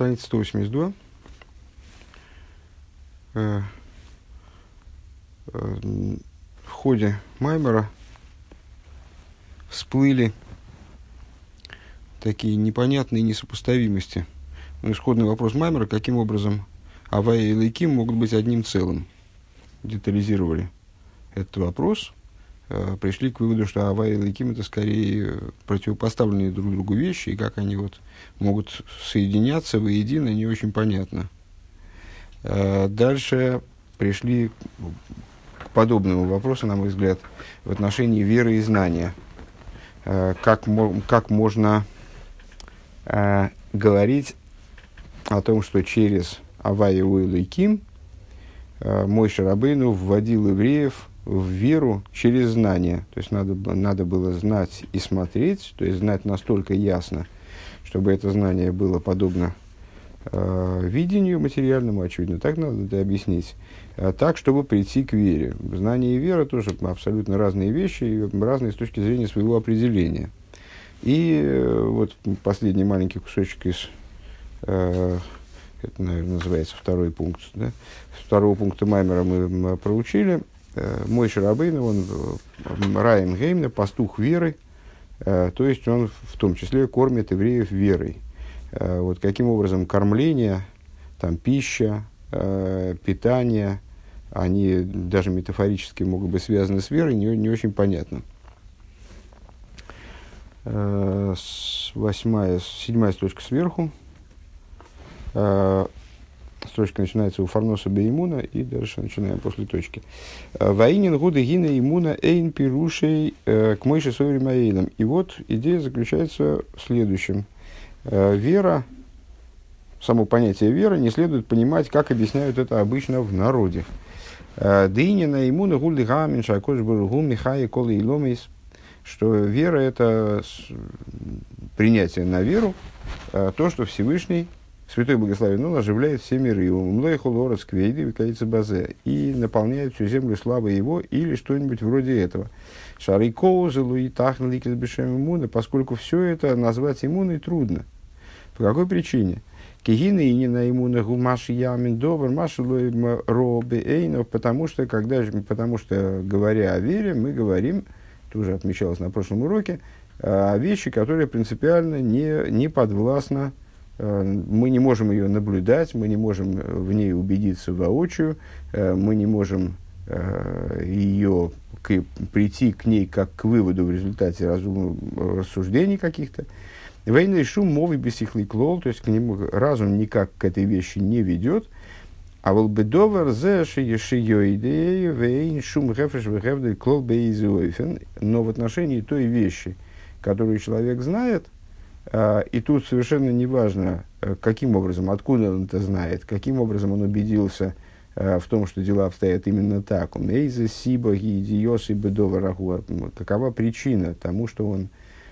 Страница 182. В ходе Маймера всплыли такие непонятные несопоставимости. Исходный вопрос Маймера, каким образом Авая и Элоким могут быть одним целым. Детализировали этот вопрос, пришли к выводу, что Авая и Элоким это скорее противопоставленные друг другу вещи, и как они могут соединяться воедино, не очень понятно. Дальше пришли к подобному вопросу, на мой взгляд, в отношении веры и знания. Как можно говорить о том, что через Авая у Элоким Моше Рабейну вводил евреев в веру через знание. То есть надо было знать и смотреть, то есть знать настолько ясно, чтобы это знание было подобно видению материальному, очевидно, так надо это объяснить, так, чтобы прийти к вере. Знание и вера тоже абсолютно разные вещи, и разные с точки зрения своего определения. И вот последний маленький кусочек из, это, наверное, называется второй пункт, да? Второго пункта Маймера мы проучили. Моше Рабейну, он Раим Геймна, пастух веры, то есть он в том числе кормит евреев верой. Вот каким образом кормление, там, пища, питание, они даже метафорически могут быть связаны с верой, не очень понятно. Седьмая строчка сверху. Строчка начинается у Фарноса Беймуна, и дальше начинаем после точки. Ваинин гуды гина имуна эйн пирушей к Моше Сойрим Аэйлам. И вот идея заключается в следующем. Вера, само понятие веры не следует понимать, как объясняют это обычно в народе. Дыинина имуна гуды гамин шакош баругу михай колы и ломис. Что вера – это принятие на веру, то, что Всевышний, Святой Благословен, он оживляет все миры, и наполняет всю землю славой его, или что-нибудь вроде этого. Поскольку все это назвать иммуной трудно. По какой причине? Потому что, говоря о вере, мы говорим, тоже отмечалось на прошлом уроке, вещи, которые принципиально не подвластны. Мы не можем ее наблюдать, мы не можем в ней убедиться воочию, мы не можем прийти к ней как к выводу в результате рассуждений каких-то. Войны шум мовы бесихлый клол, то есть к нему разум никак к этой вещи не ведет. А волбедовар зе шиёидей вейн шум гефеш вегевдель клол бейзуэфен. Но в отношении той вещи, которую человек знает, и тут совершенно не важно, каким образом, откуда он это знает, каким образом он убедился в том, что дела обстоят именно так. Какова причина тому, что он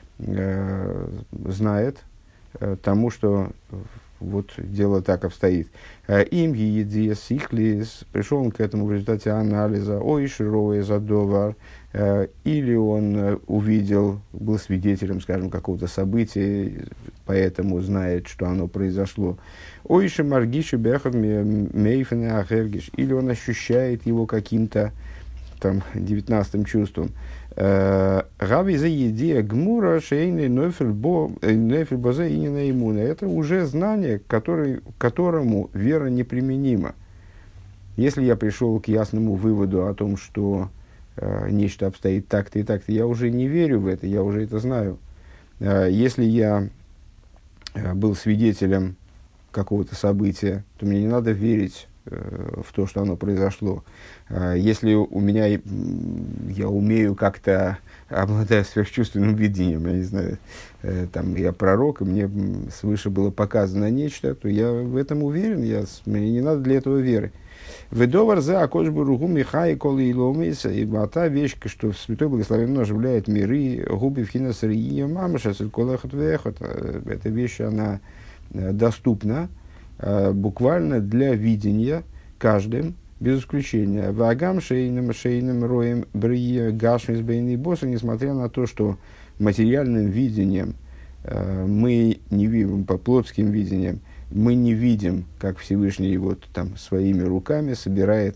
знает, тому, что вот дело так обстоит. Им едиес ихлис, пришел он к этому в результате анализа, ой, широя задовар, или он увидел, был свидетелем, скажем, какого-то события, поэтому знает, что оно произошло. Ой, шимаргиши бехав мейфене ахергиш, или он ощущает его каким-то там 19-м чувством. Рави за идея гмура шейный нойфель бозе и не наимуна. Это уже знание, которому вера неприменима. Если я пришел к ясному выводу о том, что нечто обстоит так-то и так-то, я уже не верю в это, я уже это знаю. Если я был свидетелем какого-то события, то мне не надо верить в то, что оно произошло. Если я умею как-то, обладая сверхчувственным видением, я не знаю, там, я пророк, и мне свыше было показано нечто, то я в этом уверен, мне не надо для этого веры. Ведовар за акошбу ругу михай колы и ломис, и та вещь, что Святой Благословен оживляет миры, губи в хинасрия мамаша, колахот вехот. Эта вещь, она доступна буквально для видения каждым, без исключения. Вагам шейным роем брие гашмис бейный босса, несмотря на то, что материальным видением мы не видим, по плотским видениям, мы не видим, как Всевышний вот там своими руками собирает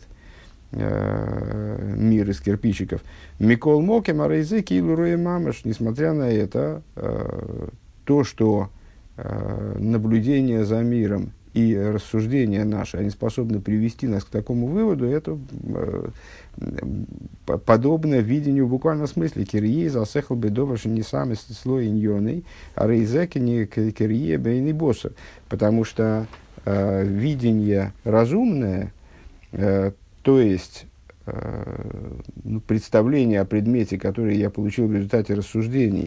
мир из кирпичиков. Микол Мокем, Арейзе, Килу Роя Мамаш, несмотря на это, то, что наблюдение за миром и рассуждения наши, они способны привести нас к такому выводу, это подобно видению в буквальном смысле. Кирье засехал бы доварши не сами слой иньоной, а рейзеки не кирье бейни босса. Потому что видение разумное, то есть представление о предмете, которое я получил в результате рассуждений,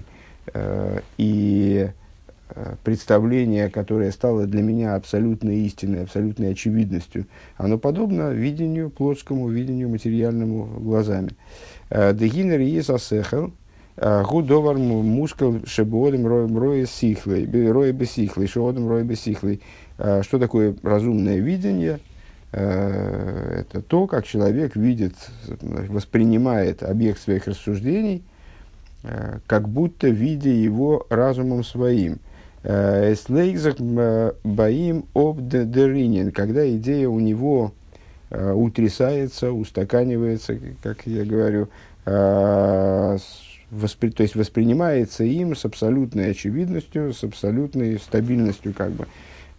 и представление, которое стало для меня абсолютной истиной, абсолютной очевидностью, оно подобно видению плотскому, видению материальному глазами. Дегинер есасехел гудовар мускал шебодем роя сихлей, роя бесихлей, шеодем роя бесихлей. Что такое разумное видение? Это то, как человек видит, воспринимает объект своих рассуждений, как будто видя его разумом своим. Слейзах боим об деринин, когда идея у него утрясается, устаканивается, как я говорю, то есть воспринимается им с абсолютной очевидностью, с абсолютной стабильностью, как бы.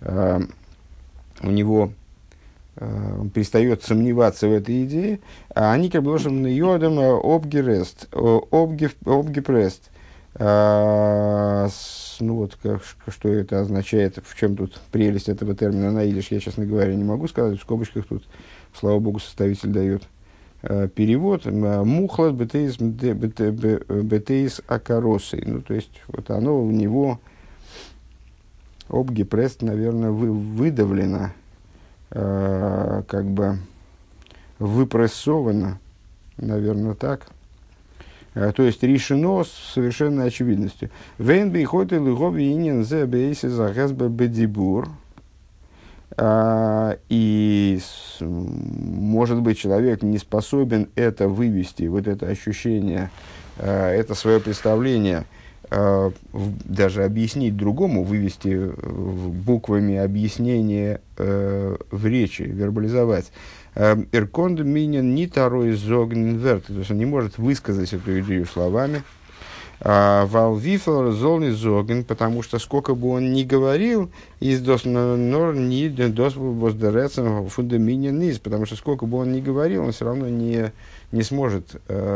У него он перестает сомневаться в этой идее, а они как бы ложим на йодом обгерест, обгепрест. Ну вот, что это означает, в чем тут прелесть этого термина на идиш, я, честно говоря, не могу сказать. В скобочках тут, слава богу, составитель дает перевод. Мухлад бетеис акаросы. Ну, то есть, вот оно у него, обгепрест, наверное, выдавлено, как бы выпрессовано, наверное, так. То есть решено с совершенной очевидностью. Венби хот и лугови инин зе бейси захесбе бедибур. И, может быть, человек не способен это вывести, вот это ощущение, это свое представление, даже объяснить другому, вывести буквами объяснение в речи, вербализовать. Эрконд минин не тарой зогненверт, то есть он не может высказать эту идею словами. Валвифл золный зоген, потому что сколько бы он ни говорил, из дос нор ни дос воздерецем фундаминин низ, потому что сколько бы он ни говорил, он все равно не сможет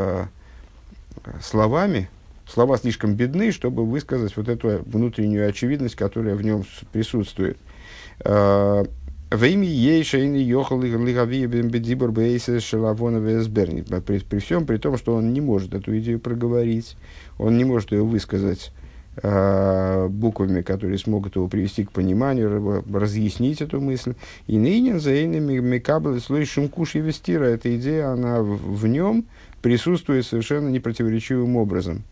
словами. Слова слишком бедны, чтобы высказать вот эту внутреннюю очевидность, которая в нем присутствует. Во имя ей шейни йохал лигави бедибор бейсе шелавона весберни. При всем при том, что он не может эту идею проговорить, он не может ее высказать буквами, которые смогут его привести к пониманию, разъяснить эту мысль. И нынен за иными мекаблы слой шумкуш и вестира. Эта идея, она в нем присутствует совершенно непротиворечивым образом.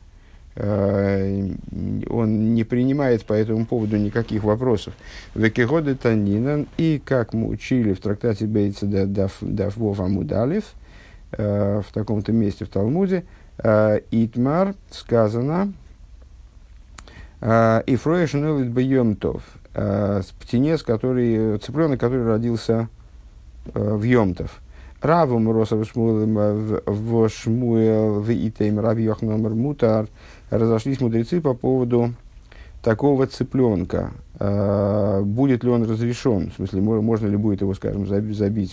Он не принимает по этому поводу никаких вопросов. Векигоды танинан, и как мы учили в трактате Бейца Дафвов Амудалев, в таком-то месте в Талмуде, Итмар сказано, и фроешнелит бьемтов, птенец, цыпленок, который родился в Йомтов. Равум Росов Шмуэлем в Шмуэл в Итейм Рав Йоханан Мутар. Разошлись мудрецы по поводу такого цыпленка. Будет ли он разрешен? В смысле, можно ли будет его, скажем, забить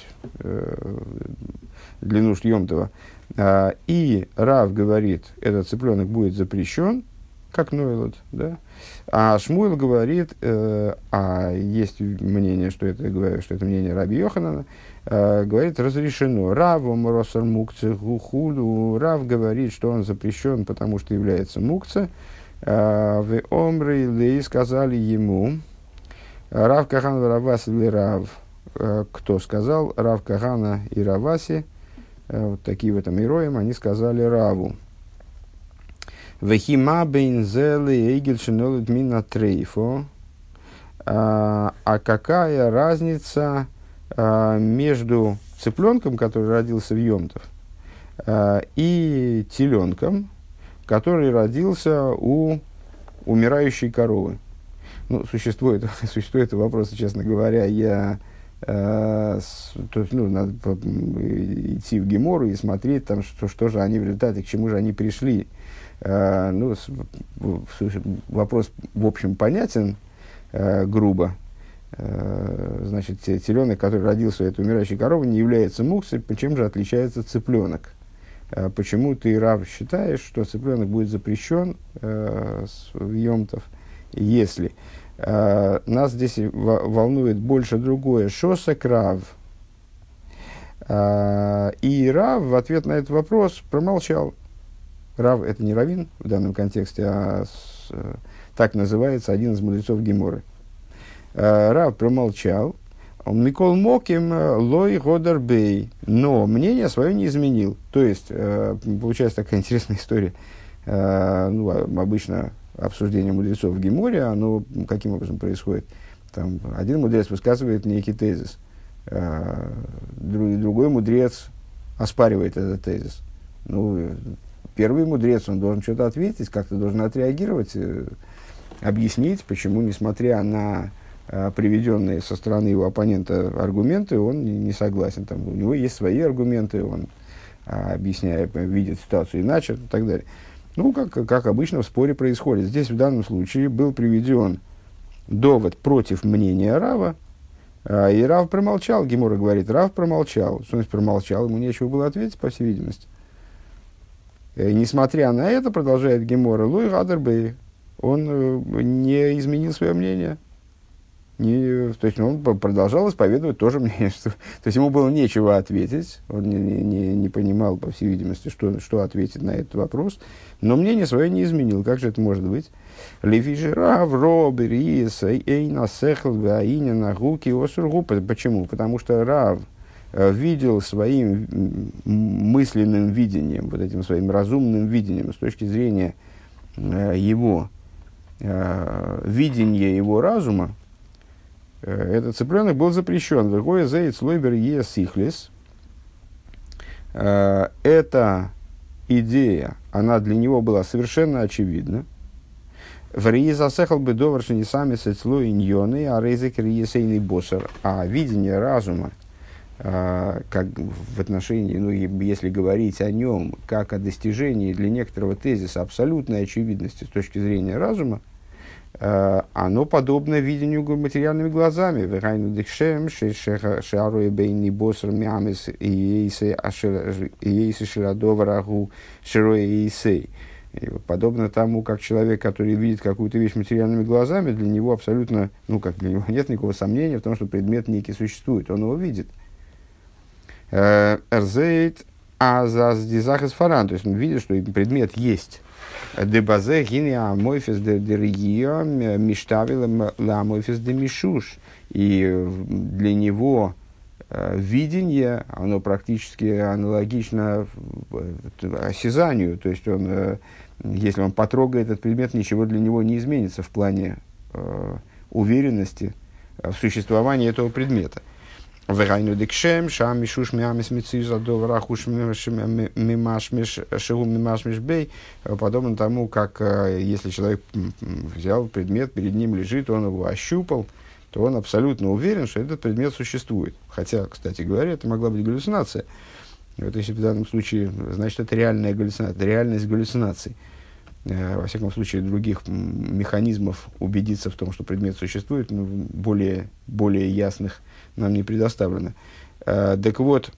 для нужд Йомтова? И Рав говорит, этот цыпленок будет запрещен, как Нойлот, да? А Шмуэл говорит, есть мнение, что это мнение Раби Йоханана, говорит, разрешено. Равом росар мукце гухуду. Рав говорит, что он запрещен, потому что является мукце. В омры лей сказали ему, Рав Кахан Раваси или Рав, кто сказал, Рав Кахана и Раваси, вот такие в этом героям, они сказали Раву. Вехима бейнзелы эйгель шинолит мина трейфо. А какая разница между цыпленком, который родился в Йомтов, и теленком, который родился у умирающей коровы? Ну, существует вопрос, честно говоря, то есть, ну, надо идти в Гемору и смотреть, там, что же они в результате, к чему же они пришли. Ну, вопрос, в общем, понятен, грубо. Значит, теленок, который родился у этой умирающей коровы, не является муксой. Чем же отличается цыпленок? Почему ты, Рав, считаешь, что цыпленок будет запрещен в Йом-Тов, если нас здесь волнует больше другое? Шосак Рав. И Рав в ответ на этот вопрос промолчал. Рав — это не раввин в данном контексте, так называется один из мудрецов Геморы. Рав промолчал. Микол Моким лой годар бей. Но мнение свое не изменил. То есть, получается такая интересная история. Ну, обычно обсуждение мудрецов в Геморе, оно каким образом происходит? Там один мудрец высказывает некий тезис, другой мудрец оспаривает этот тезис. Ну, первый мудрец, он должен что-то ответить, как-то должен отреагировать, объяснить, почему, несмотря на приведенные со стороны его оппонента аргументы, он не согласен. Там, у него есть свои аргументы, он, объясняя, видит ситуацию иначе и так далее. Ну, как обычно в споре происходит. Здесь в данном случае был приведен довод против мнения Рава, и Рав промолчал. Гемора говорит, Рав промолчал. Что значит промолчал? Ему нечего было ответить, по всей видимости. Несмотря на это, продолжает Гемора, Луи Гадербей, он не изменил свое мнение. То есть он продолжал исповедовать тоже мнение. То есть ему было нечего ответить. Он не понимал, по всей видимости, что ответить на этот вопрос. Но мнение свое не изменил. Как же это может быть? Почему? Потому что Рав видел своим мысленным видением, вот этим своим разумным видением, с точки зрения его видения его разума, этот цыпленок был запрещен. Эта идея, она для него была совершенно очевидна. А видение разума, как в отношении, ну, если говорить о нем, как о достижении для некоторого тезиса абсолютной очевидности с точки зрения разума, оно подобно видению материальными глазами. Подобно тому, как человек, который видит какую-то вещь материальными глазами, для него абсолютно, ну, как для него нет никакого сомнения в том, что предмет некий существует, он его видит. Эрзейт азаз дизахес фаран, то есть он видит, что предмет есть. Дебазе гиния амойфес дерия миштавил ла амойфес де мишуш. И для него видение, оно практически аналогично осязанию. То есть он, если он потрогает этот предмет, ничего для него не изменится в плане уверенности в существовании этого предмета. Подобно тому, как если человек взял предмет, перед ним лежит, он его ощупал, то он абсолютно уверен, что этот предмет существует. Хотя, кстати говоря, это могла быть галлюцинация. Вот если в данном случае, значит, это реальная галлюцинация, это реальность галлюцинаций. Во всяком случае, других механизмов убедиться в том, что предмет существует, ну, более ясных нам не предоставлено. Так вот,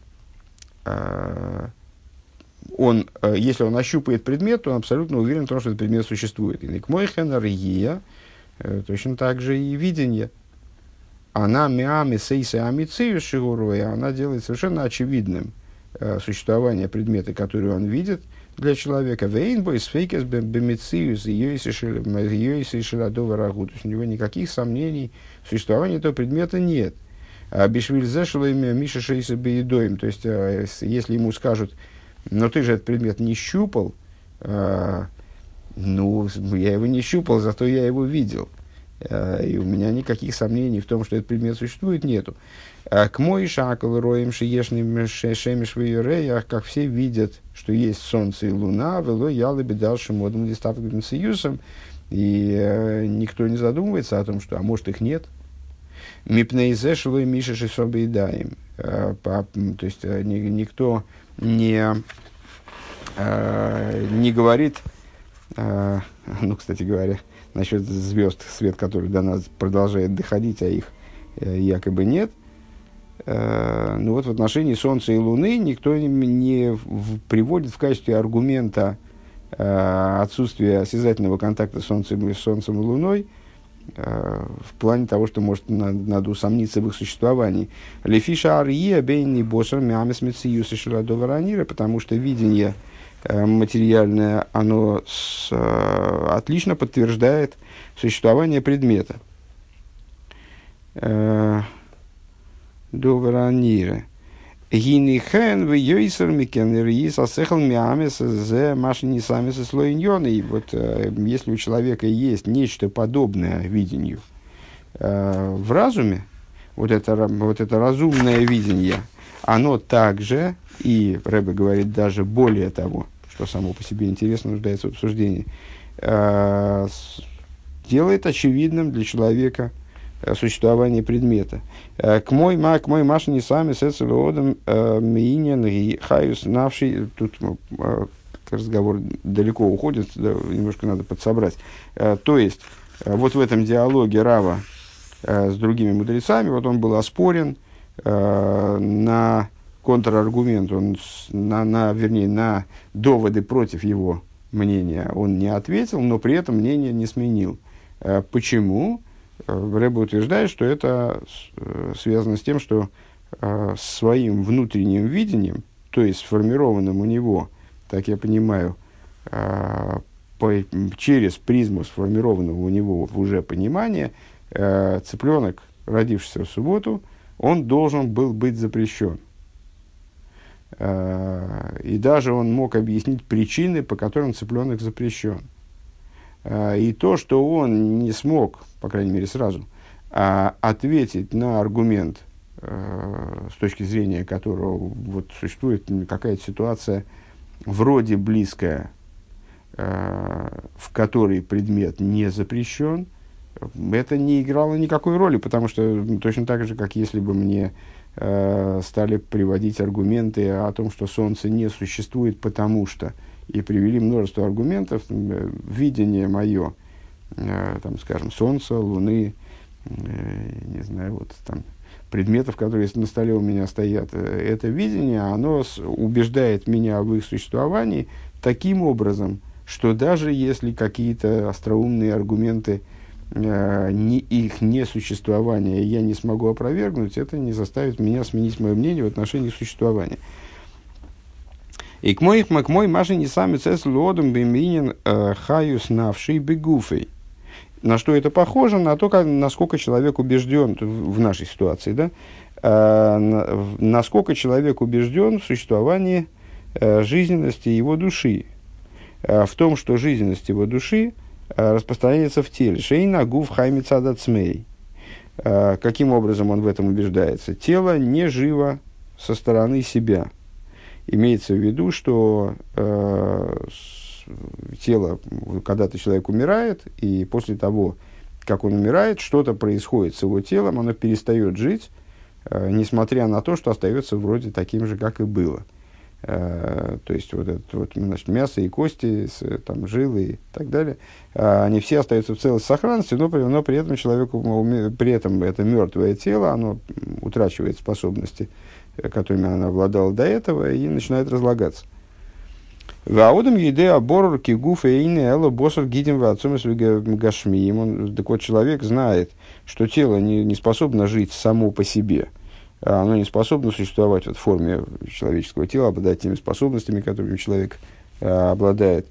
если он ощупает предмет, то он абсолютно уверен в том, что этот предмет существует. И к мойхен рия, точно так же и видение. Она миами сейса амицию шигуруя, она делает совершенно очевидным существование предмета, который он видит для человека. Вейнбой с фейкес бемициус ее и шиладова. То есть у него никаких сомнений в существовании этого предмета нет. Бишвиль зешелами миша шейса беедоем. То есть, если ему скажут, но ты же этот предмет не щупал, ну, я его не щупал, зато я его видел. И у меня никаких сомнений в том, что этот предмет существует, нету. К мой шакал роем шиешным шемиш вейреях, как все видят, что есть солнце и луна, вело ялы бедальшим модом листапным союзом, И никто не задумывается о том, что, а может, их нет. Мипнейзе шилой миша шисобейдаем. То есть никто не говорит, ну, кстати говоря, насчет звезд, свет, который до нас продолжает доходить, а их якобы нет. Ну вот в отношении Солнца и Луны никто не приводит в качестве аргумента отсутствия осязательного контакта с Солнцем и Луной в плане того, что надо усомниться в их существовании. Лефиша ария бейни босар мямес мециюса ширадоваранира, потому что видение материальное, оно отлично подтверждает существование предмета. Доваранира. Гинихен в йойсер микенер асехал мямес зе машини сами со слоиньон. И вот если у человека есть нечто подобное видению в разуме, вот это разумное видение, оно также, и Рэбе говорит даже более того, что само по себе интересно, нуждается в обсуждении, делает очевидным для человека существование предмета. К мой машине сами с эцелодом миинен и хаюс навший. Тут разговор далеко уходит, немножко надо подсобрать. То есть, вот в этом диалоге Рава с другими мудрецами, вот он был оспорен на контраргумент, на доводы против его мнения он не ответил, но при этом мнение не сменил. Почему? Рэбе утверждает, что это связано с тем, что своим внутренним видением, то есть сформированным у него, так я понимаю, через призму сформированного у него уже понимания, цыпленок, родившийся в субботу, он должен был быть запрещен. И даже он мог объяснить причины, по которым цыпленок запрещен. И то, что он не смог, по крайней мере сразу, ответить на аргумент, с точки зрения которого вот, существует какая-то ситуация вроде близкая, в которой предмет не запрещен, это не играло никакой роли, потому что точно так же, как если бы мне стали приводить аргументы о том, что Солнце не существует, потому что, и привели множество аргументов, видение мое, там, скажем, Солнца, Луны, не знаю, вот там, предметов, которые на столе у меня стоят, это видение, оно убеждает меня в их существовании таким образом, что даже если какие-то остроумные аргументы их несуществования я не смогу опровергнуть, это не заставит меня сменить мое мнение в отношении существования. И к мой машине сами цесл лодом биминин хаюс навший бегуфей. На что это похоже? На то, насколько человек убежден в нашей ситуации, да? Насколько человек убежден в существовании жизненности его души, в том, что жизненность его души распространяется в теле. Шейна гуф хаймица дацмей. Каким образом он в этом убеждается? Тело не живо со стороны себя. Имеется в виду, что тело, когда-то человек умирает, и после того, как он умирает, что-то происходит с его телом, оно перестает жить, несмотря на то, что остается вроде таким же, как и было. То есть, вот это вот, значит, мясо и кости, там, жилы и так далее, они все остаются в целости и сохранности, но при этом человеку, при этом это мертвое тело, оно утрачивает способности, которыми оно обладало до этого, и начинает разлагаться. Ваудам еде аборор кигуф эйне эло босор гидим вацумес гашмиим. Так вот, человек знает, что тело не способно жить само по себе. Оно не способно существовать в форме человеческого тела, обладать теми способностями, которыми человек обладает,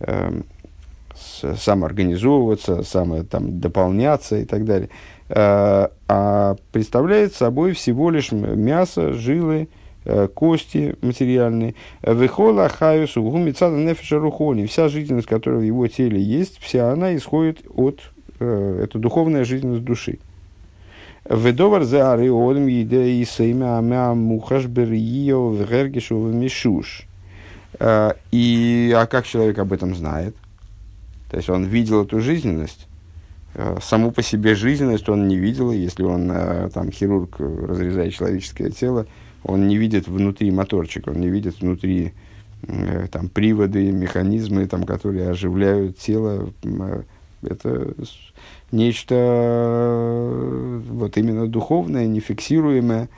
самоорганизовываться, дополняться и так далее. А представляет собой всего лишь мясо, жилы, кости материальные. Вехола хаюсу гумицада нефеша рухони. Вся жизненность, которая в его теле есть, вся она исходит от это духовная жизненность души. Ведовар за ариодом еде и сейма амя мухаш берио вгергишу в мишуш. А как человек об этом знает? То есть он видел эту жизненность. Саму по себе жизненность он не видел. Если он, там, хирург, разрезает человеческое тело, он не видит внутри моторчик, он не видит внутри там, приводы, механизмы, там, которые оживляют тело. Это нечто вот именно духовное, нефиксируемое.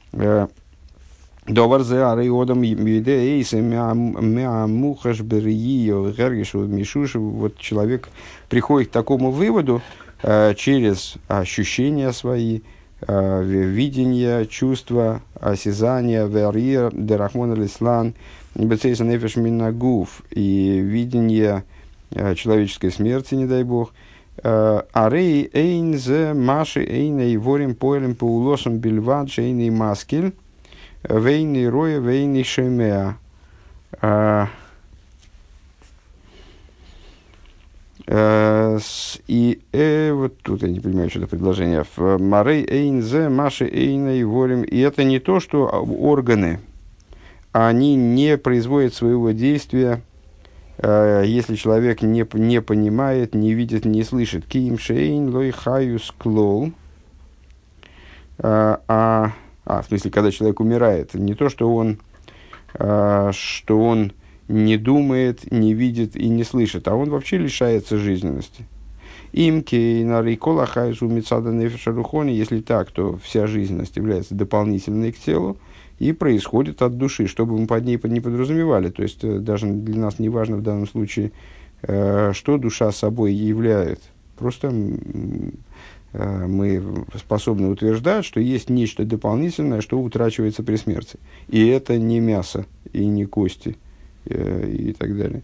Довар зе ары одам юде эйсе мямухаш бериио гергишу мишуш. Вот человек приходит к такому выводу через ощущения свои, видение, чувство, осязание, верир, дерахмон алислан, бецейса нефеш минагуф, и видение человеческой смерти, не дай бог. Арей эйн зе маши эйней ворим поэлем паулосом бельвад шейней маскель вейней роя вейней шемеа. И вот тут я не понимаю, что это предложение. Марей эйн зе маши эйней ворим. И это не то, что органы, они не производят своего действия, если человек не понимает, не видит, не слышит. Киим шейн лой хаюс клол. В смысле, когда человек умирает, не то, что он не думает, не видит и не слышит, а он вообще лишается жизненности. Им кейнари кола хаюс умицада нефеша рухони. Если так, то вся жизненность является дополнительной к телу и происходит от души, чтобы мы под ней не подразумевали. То есть, даже для нас не важно в данном случае, что душа собой является. Просто мы способны утверждать, что есть нечто дополнительное, что утрачивается при смерти. И это не мясо, и не кости, и так далее.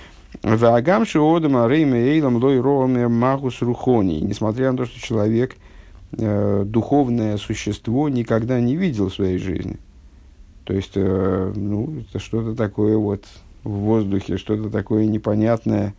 Несмотря на то, что человек, духовное существо, никогда не видел в своей жизни. То есть, это что-то такое вот в воздухе, что-то такое непонятное,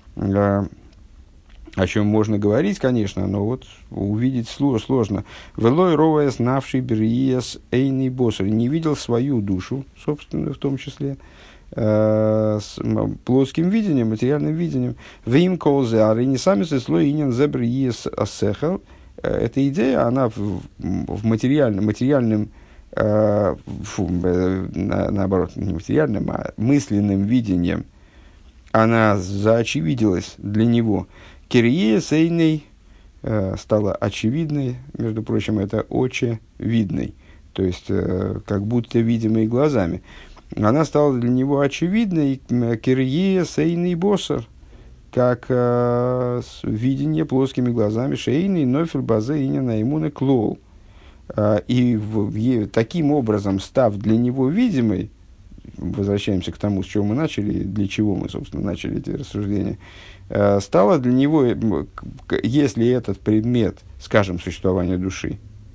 о чем можно говорить, конечно, но вот увидеть сложно. «Велой ровая знавший бериес эйный босер». Не видел свою душу, собственно, в том числе, с плотским видением, материальным видением. «Вим колзе ары не сами со слой инин зе бериес асехал». Эта идея, она в материальном, наоборот, не материальным, а мысленным видением, она заочевиделась для него. Кирие сейней стала очевидной, между прочим, это очевидной, то есть как будто видимой глазами. Она стала для него очевидной, кирие сейней босар, как видение плоскими глазами, шейный нофель базе иня наимуна клоу. И таким образом, став для него видимой, возвращаемся к тому, с чего мы начали, для чего мы, собственно, начали эти рассуждения, стало для него, если этот предмет, скажем, существования души,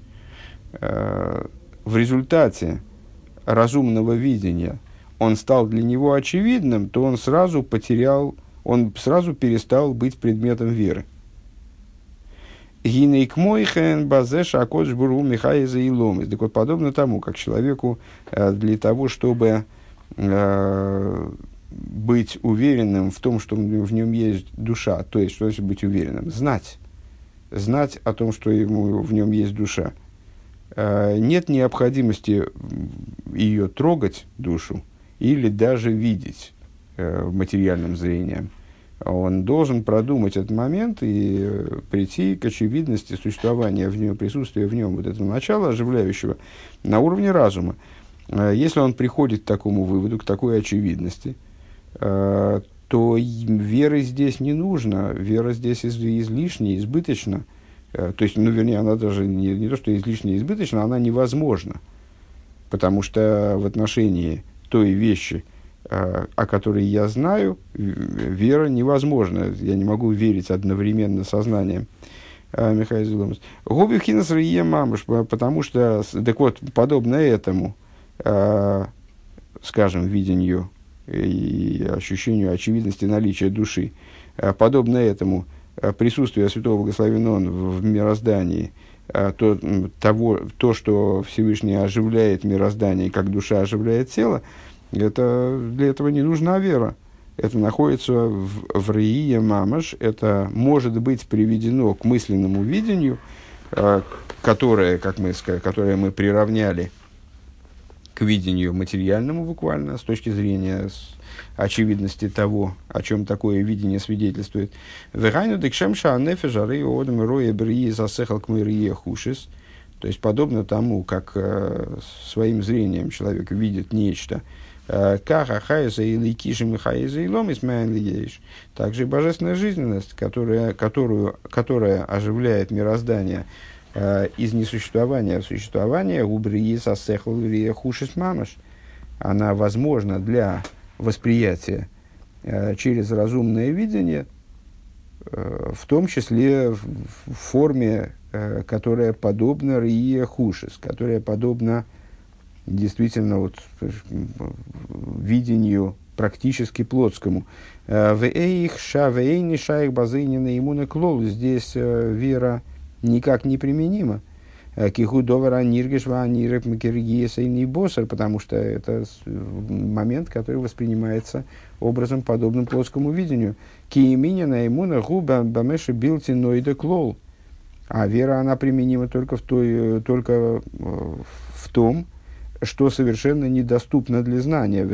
в результате разумного видения, он стал для него очевидным, то он сразу перестал быть предметом веры. Так вот, подобно тому, как человеку для того, чтобы быть уверенным в том, что в нем есть душа, то есть, что значит быть уверенным? Знать о том, что в нем есть душа. Нет необходимости ее трогать, душу, или даже видеть материальным зрением. Он должен продумать этот момент и прийти к очевидности существования в нем, присутствия в нем вот этого начала оживляющего на уровне разума. Если он приходит к такому выводу, к такой очевидности, то веры здесь не нужно, вера здесь излишняя, избыточна. То есть, вернее, она даже не то, что излишняя, избыточна, она невозможна. Потому что в отношении той вещи, о которой я знаю, вера невозможна. Я не могу верить одновременно сознанием. Михаил Зуломас. Губи хинас рие мамыш, потому что, так вот, подобно этому, скажем, видению и ощущению очевидности наличия души, подобно этому присутствие Святого Благословен Он в мироздании, то, что Всевышний оживляет мироздание, как душа оживляет тело, для этого не нужна вера. это находится в Рие Мамаш, это может быть приведено к мысленному видению, которое, которое мы приравняли к видению материальному буквально, с точки зрения очевидности того, о чем такое видение свидетельствует. То есть, подобно тому, как своим зрением человек видит нечто, также и божественная жизненность, которая оживляет мироздание из несуществования в существование, она возможна для восприятия через разумное видение, в том числе в форме, которая подобна рие хушис, которая подобна действительно вот, видению практически плотскому. Здесь вера никак не применима. Потому что это момент, который воспринимается образом, подобным плотскому видению. А вера, она применима только в том, что совершенно недоступно для знания.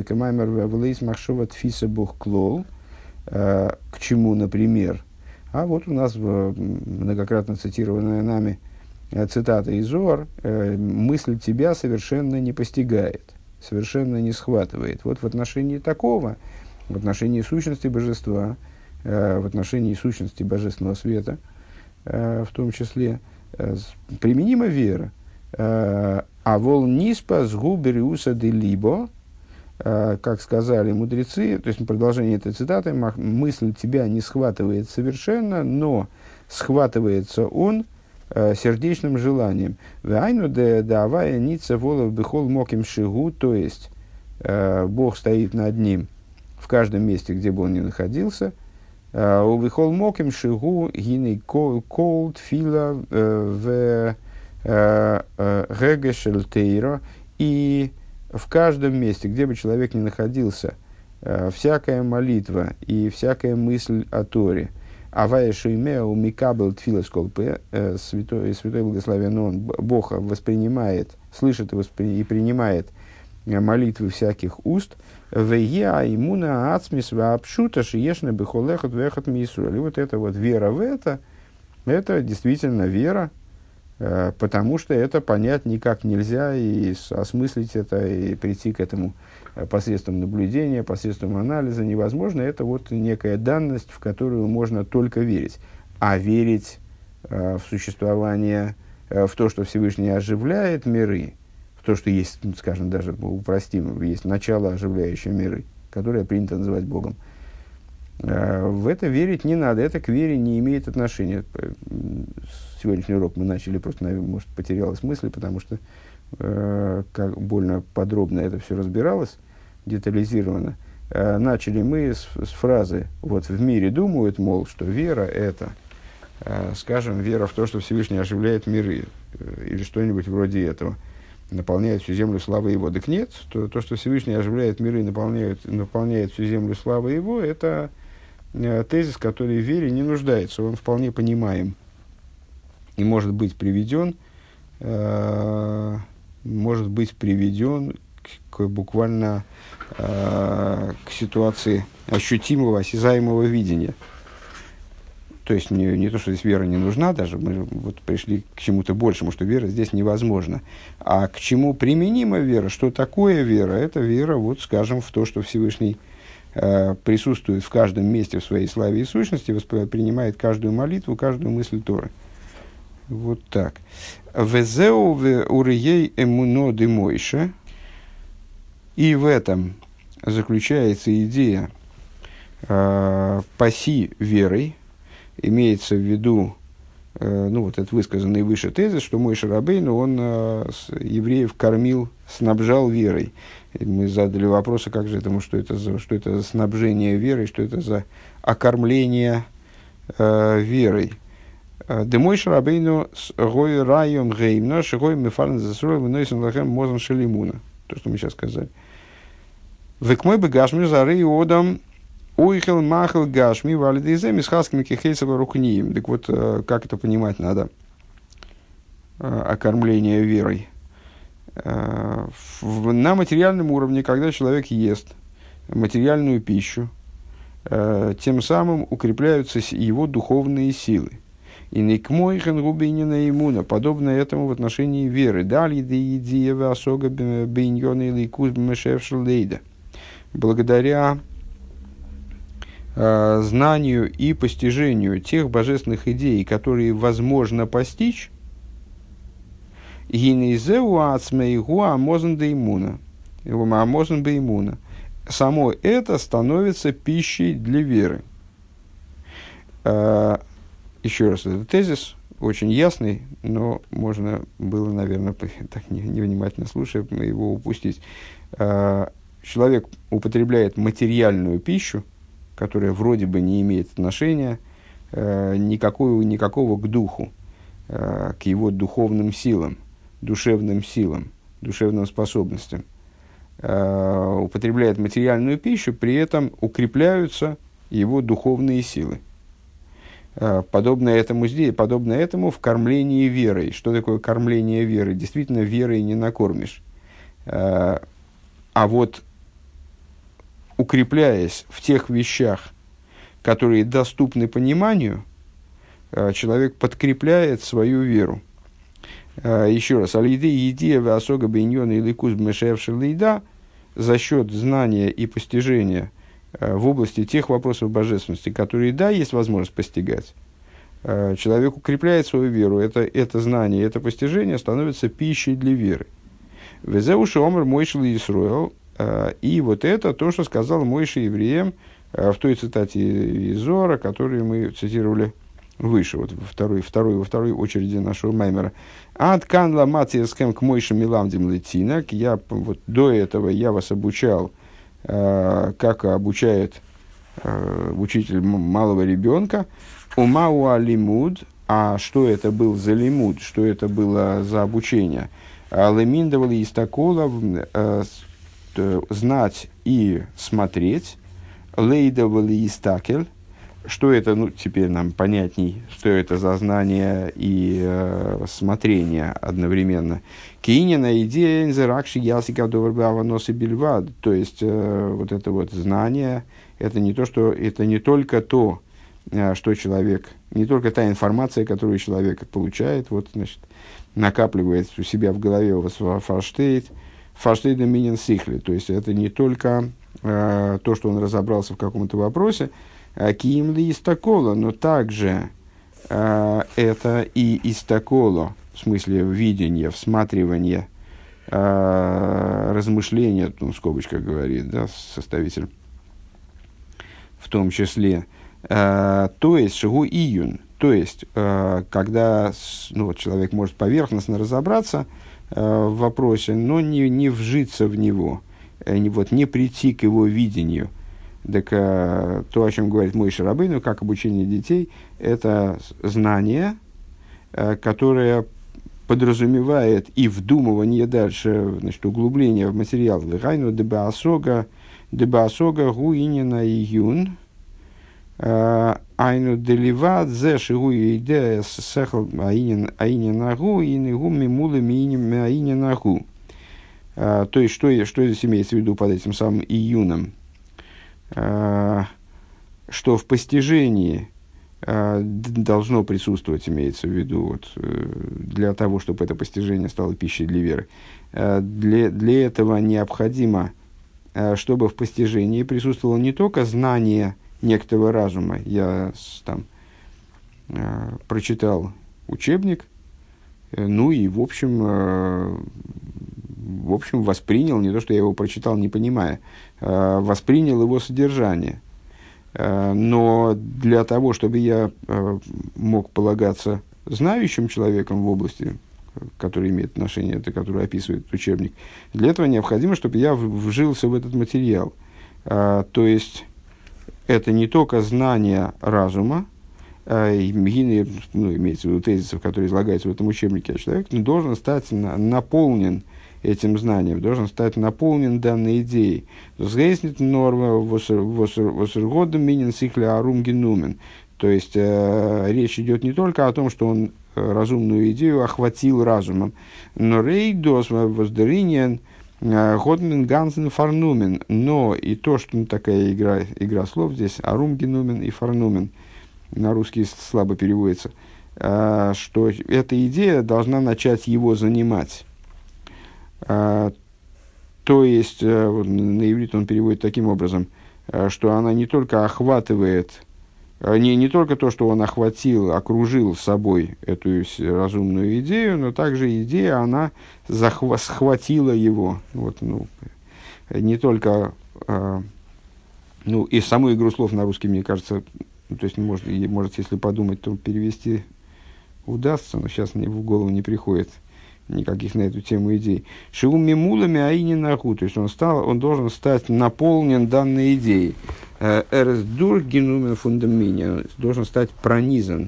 К чему, например? А вот у нас многократно цитированная нами цитата из Зоар: «Мысль тебя совершенно не постигает, совершенно не схватывает». Вот в отношении такого, в отношении сущности божества, в отношении сущности божественного света, в том числе, применима вера. А вол ниспа сгубериуса де либо, как сказали мудрецы, то есть продолжение этой цитаты: мысль тебя не схватывает совершенно, но схватывается он сердечным желанием. Вайну де давая ница волов бихол моким шигу, то есть Бог стоит над ним в каждом месте, где бы он ни находился. У бихол моким шигу гиней колд фила в регешельтейро, и в каждом месте, где бы человек ни находился, всякая молитва и всякая мысль о Торе, авая шуймеу микабел тфилосколпе, святой благословен он, Бог воспринимает, слышит и принимает молитвы всяких уст, вея имуна ацмис ваапшута шиешна бехолехот вехот мисуэль. И вот эта вот вера в это действительно вера, потому что это понять никак нельзя, и осмыслить это, и прийти к этому посредством наблюдения, посредством анализа невозможно. Это вот некая данность, в которую можно только верить. А верить в существование, в то, что Всевышний оживляет миры, в то, что есть, скажем, даже упростим, есть начало, оживляющее миры, которое принято называть Богом, в это верить не надо, это к вере не имеет отношения. Сегодняшний урок мы начали, просто, может, потерялась мысль, потому что как больно подробно это все разбиралось, детализировано. Начали мы с фразы: вот в мире думают, мол, что вера это, скажем, вера в то, что Всевышний оживляет миры, или что-нибудь вроде этого, наполняет всю землю славой Его. Так нет, то, что Всевышний оживляет миры, наполняет всю землю славой Его, это тезис, который в вере не нуждается, он вполне понимаем и может быть приведен буквально к ситуации ощутимого, осязаемого видения. То есть не то, что здесь вера не нужна, даже мы вот пришли к чему-то большему, что вера здесь невозможна. А к чему применима вера? Что такое вера? Это вера, вот скажем, в то, что Всевышний присутствует в каждом месте в своей славе и сущности, принимает каждую молитву, каждую мысль Торы. Вот так. «Везеу ве урией эмуно де Мойше». И в этом заключается идея «паси верой». Имеется в виду, вот этот высказанный выше тезис, что Мойше Рабейну, он евреев кормил, снабжал верой. И мы задали вопрос, как же этому, что это за снабжение верой, что это за окормление верой. «Де Мойше Рабейну с гой райом геймно, шигой мефарн засрой выносим лахем мозан шелимуна». То, что мы сейчас сказали. «Век мой бегашмю зары одам Ойхел махал гашми валидейзем с хасками кихейсова рухниим. Так вот, как это понимать надо? Окормление верой. На материальном уровне, когда человек ест материальную пищу, тем самым укрепляются его духовные силы. И никмойхен губинина иммуна, подобно этому в отношении веры. Дали да едиева осога биньона или куз бмешевшелейда. Благодаря знанию и постижению тех божественных идей, которые возможно постичь, само это становится пищей для веры. Еще раз, этот тезис очень ясный, но можно было, наверное, так невнимательно слушая, его упустить. Человек употребляет материальную пищу, которая вроде бы не имеет отношения никакого к духу, к его духовным силам, душевным способностям. Употребляет материальную пищу, при этом укрепляются его духовные силы. Подобно этому в кормлении верой. Что такое кормление верой? Действительно, верой не накормишь. А вот укрепляясь в тех вещах, которые доступны пониманию, человек подкрепляет свою веру. Еще раз, за счет знания и постижения в области тех вопросов божественности, которые, да, есть возможность постигать, человек укрепляет свою веру, это знание, это постижение становится пищей для веры. Везеуши омр Мойшел Исроэл. И вот это то, что сказал Мойше евреям в той цитате из Зоара, которую мы цитировали выше, вот во второй очереди нашего маймера. «Ад кан ламатиескем к Мойше миламдим летинак». Вот до этого я вас обучал, как обучает учитель малого ребенка. «Умауа лимуд». А что это был за лимуд? Что это было за обучение? «Леминдовали истакола». Знать и смотреть, лейдовали истакель, что это, теперь нам понятней, что это за знание и смотрение одновременно. Кинина идея инзеракши ясика добрбава носы бельвад, то есть вот это вот знание, это не только то, что человек, не только та информация, которую человек получает, вот, значит, накапливает у себя в голове, у вас фарштейд минин сихли, то есть это не только то, что он разобрался в каком-то вопросе, киим ли истакола, но также это и истаколо, в смысле видения, всматривания, размышления, в скобочках говорит, да, составитель, в том числе, то есть шигу июн, то есть когда человек может поверхностно разобраться в вопросе, но не вжиться в него, не прийти к его видению. Так то, о чем говорит Мойше Рабейну, как обучение детей, это знание, которое подразумевает и вдумывание дальше, значит, углубление в материал. Вегайну дебаасога гуинина июн, айну деливат зе шигу идея сехал аининагу и нигу мимулы аининагу. То есть, что здесь имеется в виду под этим самым июном? Что в постижении должно присутствовать, имеется в виду, для того, чтобы это постижение стало пищей для веры. Для этого необходимо, чтобы в постижении присутствовало не только знание некоторого разума. Я прочитал учебник, и в общем воспринял, не то, что я его прочитал, не понимая, воспринял его содержание. Но для того, чтобы я мог полагаться знающим человеком в области, который имеет отношение, который описывает учебник, для этого необходимо, чтобы я вжился в этот материал. То есть, это не только знание разума, имеется в виду тезисов, которые излагаются в этом учебнике, а человек должен стать наполнен этим знанием, должен стать наполнен данной идеей. Згейснит норма восергодом минин сихли арум генумен. То есть, речь идет не только о том, что он разумную идею охватил разумом, но рейдос воздаринен годмен гансен фарнумен. Но и то, что такая игра слов здесь, арум генумен и фарнумен, на русский слабо переводится, что эта идея должна начать его занимать. То есть, на иврит он переводит таким образом, что она не только охватывает, не только то, что он охватил, окружил собой эту разумную идею, но также идея, она схватила его. Вот, не только, и саму игру слов на русский, мне кажется, то есть, может, если подумать, то перевести удастся, но сейчас мне в голову не приходит никаких на эту тему идей. Шиум мимулами аини наху, то есть он должен стать наполнен данной идеей. Эрсдур генумен фундамине, должен стать пронизан,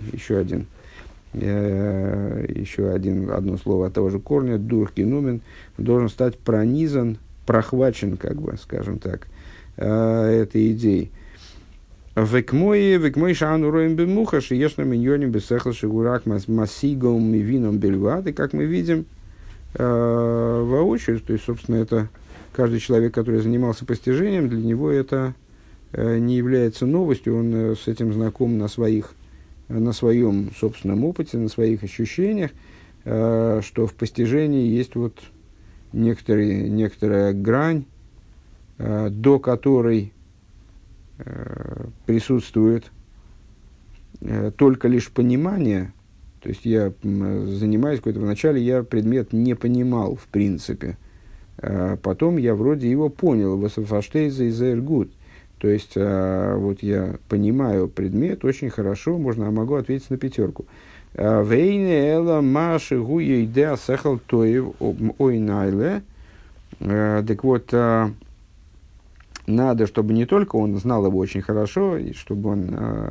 одно слово от того же корня, дур генумен, должен стать пронизан, прохвачен, скажем так, этой идеей. Векмой шану роем бемуха, шиешна миньоним бесехал шигурак массигом мивином бельват. И как мы видим воочию, то есть, собственно, это каждый человек, который занимался постижением, для него это не является новостью, он с этим знаком на своем собственном опыте, на своих ощущениях, что в постижении есть вот некоторая грань, до которой присутствует только лишь понимание. То есть я занимаюсь вначале я предмет не понимал в принципе, потом я вроде его понял, васафаштейза и заэргут. То есть вот я понимаю предмет очень хорошо, могу ответить на 5. Вейне эла маши гуе идеа сехал тоев ойнайле. Так вот, надо, чтобы не только он знал его очень хорошо, и чтобы он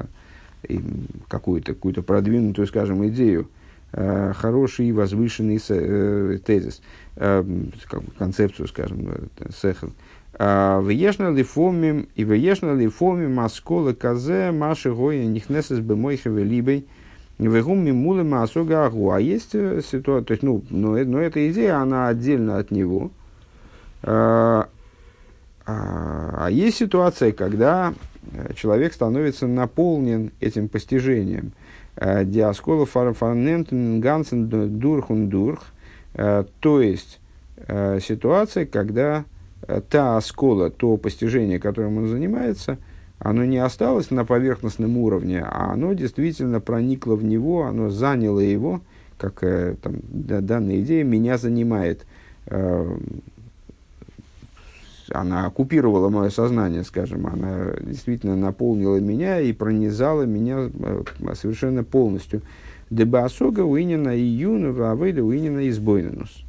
какую-то продвинутую, скажем, идею, хороший и возвышенный тезис, концепцию, скажем, сехл. Веешна ли фомим аскола казе маши гоя нихнесес бемойхеве либей вегумми мулы маасога агу. А есть ситуация, то есть, но эта идея, она отдельно от него. А есть ситуация, когда человек становится наполнен этим постижением. Диаскола фарнемтен гансен дурхун дурх. То есть, ситуация, когда та аскола, то постижение, которым он занимается, оно не осталось на поверхностном уровне, а оно действительно проникло в него, оно заняло его, как данная идея меня занимает. Она оккупировала мое сознание, скажем, она действительно наполнила меня и пронизала меня совершенно полностью. Дебаасога уинена июн, вавейда уинена избойненус.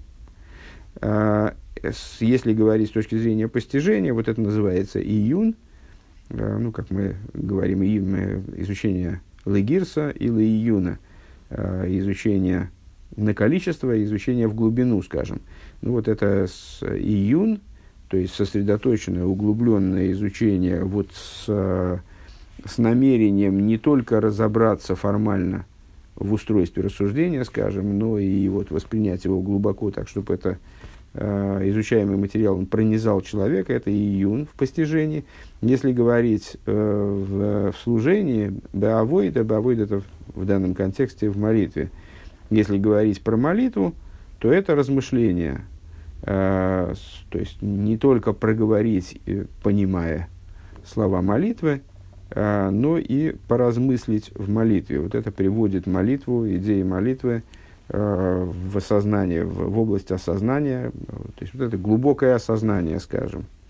Если говорить с точки зрения постижения, вот это называется июн, как мы говорим, изучение легирса или июна, изучение на количество, изучение в глубину, скажем. Вот это июн, то есть сосредоточенное, углубленное изучение вот с намерением не только разобраться формально в устройстве рассуждения, скажем, но и вот воспринять его глубоко, так, чтобы это изучаемый материал он пронизал человека, это июн в постижении. Если говорить в служении, беавойд это в данном контексте в молитве. Если говорить про молитву, то это размышление. То есть не только проговорить, понимая слова молитвы, но и поразмыслить в молитве. Вот это приводит молитву, идеи молитвы в осознание, в область осознания. То есть вот это глубокое осознание, скажем.